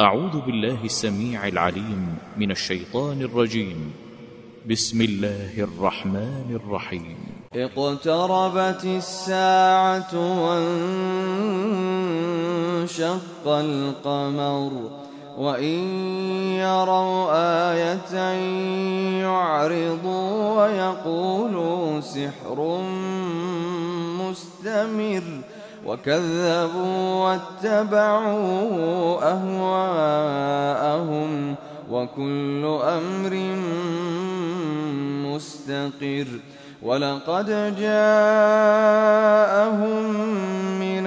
أعوذ بالله السميع العليم من الشيطان الرجيم. بسم الله الرحمن الرحيم. اقتربت الساعة وانشق القمر وإن يروا آية يعرضوا ويقولوا سحر مستمر وكذبوا واتبعوا أهواءهم وكل أمر مستقر. ولقد جاءهم من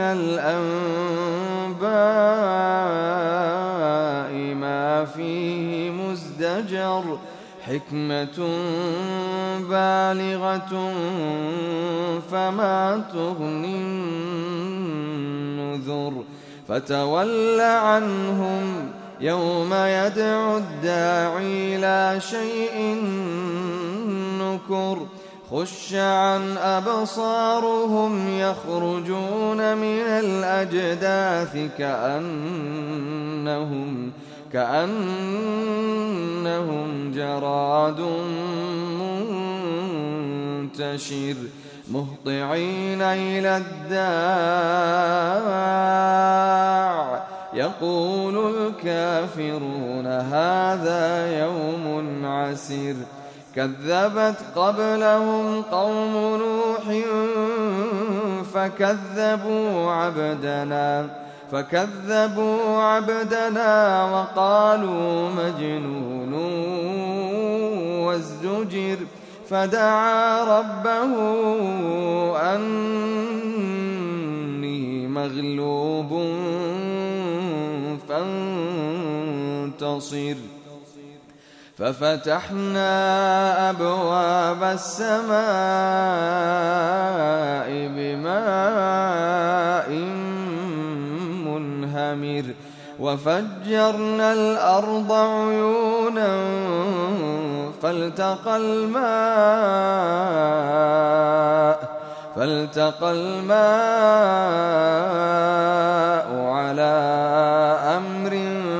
الأنباء ما فيه مزدجر حكمة بالغة فما تغني النذر. فتول عنهم يوم يدعو الداعي إلى شيء نكر. خش عن أبصارهم يخرجون من الأجداث كأنهم جراد منتشر مهطعين إلى الداع يقول الكافرون هذا يوم عسير. كذبت قبلهم قوم نوح فكذبوا عبدنا وقالوا مجنون وازدجر. فدعا ربه أني مغلوب فانتصر. ففتحنا أبواب السماء بماء منهمر وفجرنا الأرض عيونا فالتقى الماء على أمر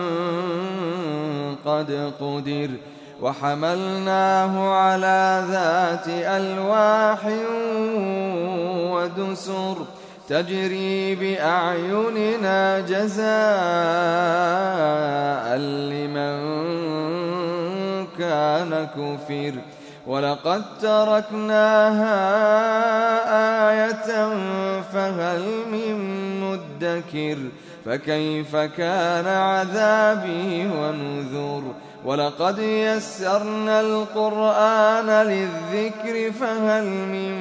قد قدر. وحملناه على ذات ألواح ودسر تجري بأعيننا جزاء لمن كان كفر. ولقد تركناها آية فهل من مدكر. فكيف كان عذابي ونذر. ولقد يسرنا القرآن للذكر فهل من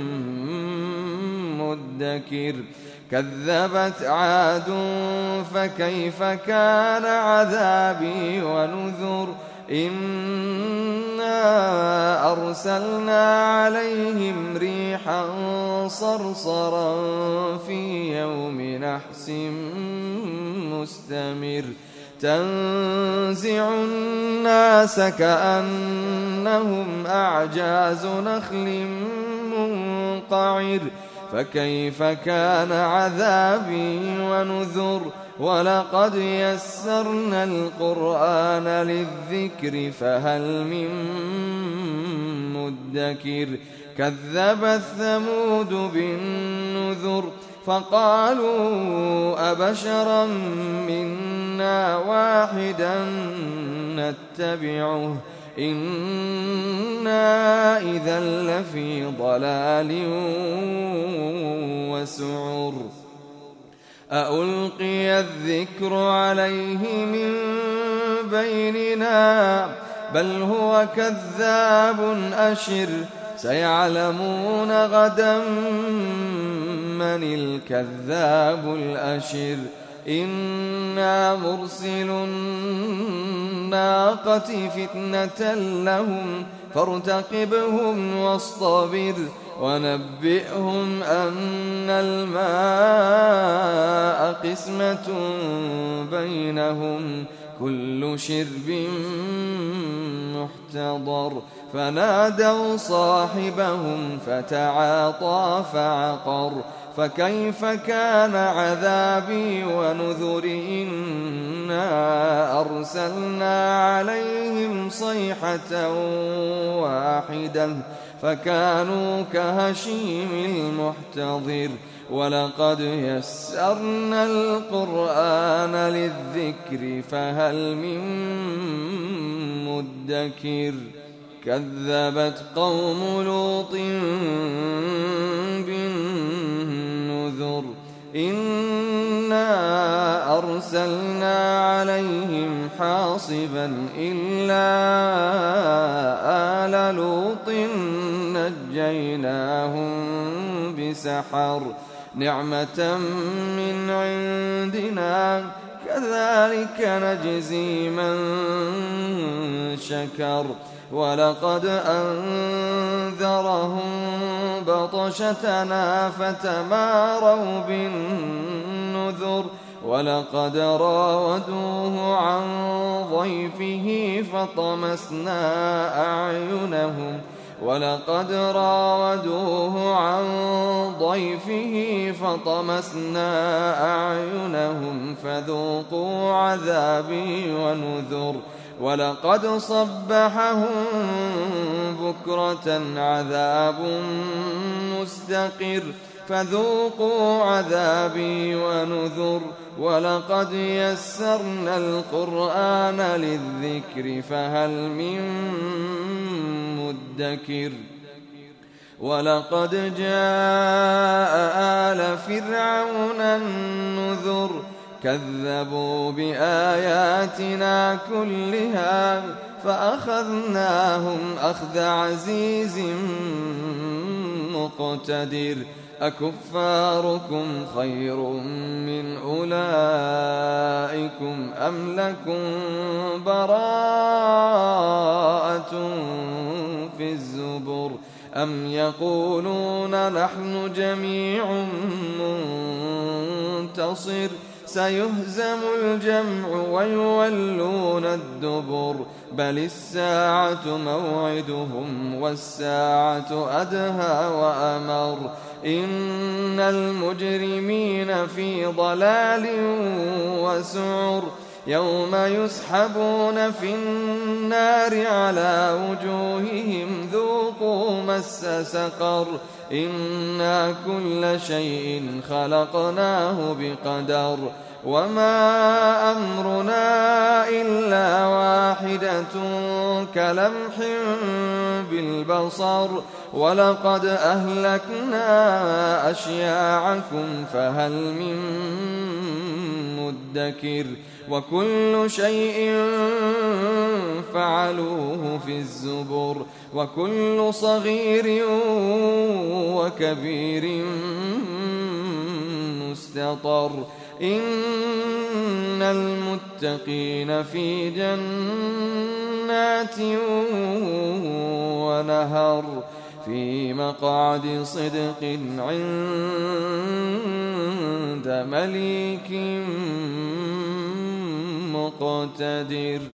مدكر. كذبت عاد فكيف كان عذابي ونذر. إنا أرسلنا عليهم ريحا صرصرا في يوم نحس مستمر تنزع الناس كأنهم أعجاز نخل منقعر. فكيف كان عذابي ونذر. ولقد يسرنا القرآن للذكر فهل من مدكر. كذبت ثمود بالنذر فقالوا أبشرا منا واحدا نتبعه إنا إذا لفي ضلال وسعر. أألقي الذكر عليه من بيننا بل هو كذاب أشر. سيعلمون غدا من الكذاب الأشر. إنا مرسل الناقة فتنة لهم فارتقبهم واصطبر. ونبئهم أن الماء قسمة بينهم كل شرب محتضر. فنادوا صاحبهم فتعاطى فعقر. فكيف كان عذابي ونذر. إنا فأرسلنا عليهم صيحة واحدة فكانوا كهشيم المحتضر ولقد يسرنا القرآن للذكر فهل من مدكر كذبت قوم لوط بالنذر إنا أرسلنا عليهم حاصبا إلا آل لوط نجيناهم بسحر نعمة من عندنا كذلك نجزي من شكر ولقد أنذرهم بطشتنا فتماروا بالنذر ولقد راودوه عن ضيفه فطمسنا أعينهم فذوقوا عذابي ونذر ولقد صبحهم بكرة عذاب مستقر فذوقوا عذابي ونذر ولقد يسرنا القرآن للذكر فهل من مدكر ولقد جاء آل فرعون النذر كذبوا بآياتنا كلها فأخذناهم أخذ عزيز مقتدر أكفاركم خير من أولئكم أم لكم براءة في الزبر أم يقولون نحن جميع منتصر سيهزم الجمع ويولون الدبر بل الساعة موعدهم والساعة أدهى وأمر إن المجرمين في ضلال وسعر يوم يسحبون في النار على وجوههم ذوقوا مس سقر إنا كل شيء خلقناه بقدر وما أمرنا إلا واحدة كلمح بالبصر ولقد أهلكنا أشياعكم فهل من مدكر وكل شيء فعلوه في الزبر وكل صغير وكبير مستطر إن المتقين في جنات ونهر في مقعد صدق عند مليك مقتدر.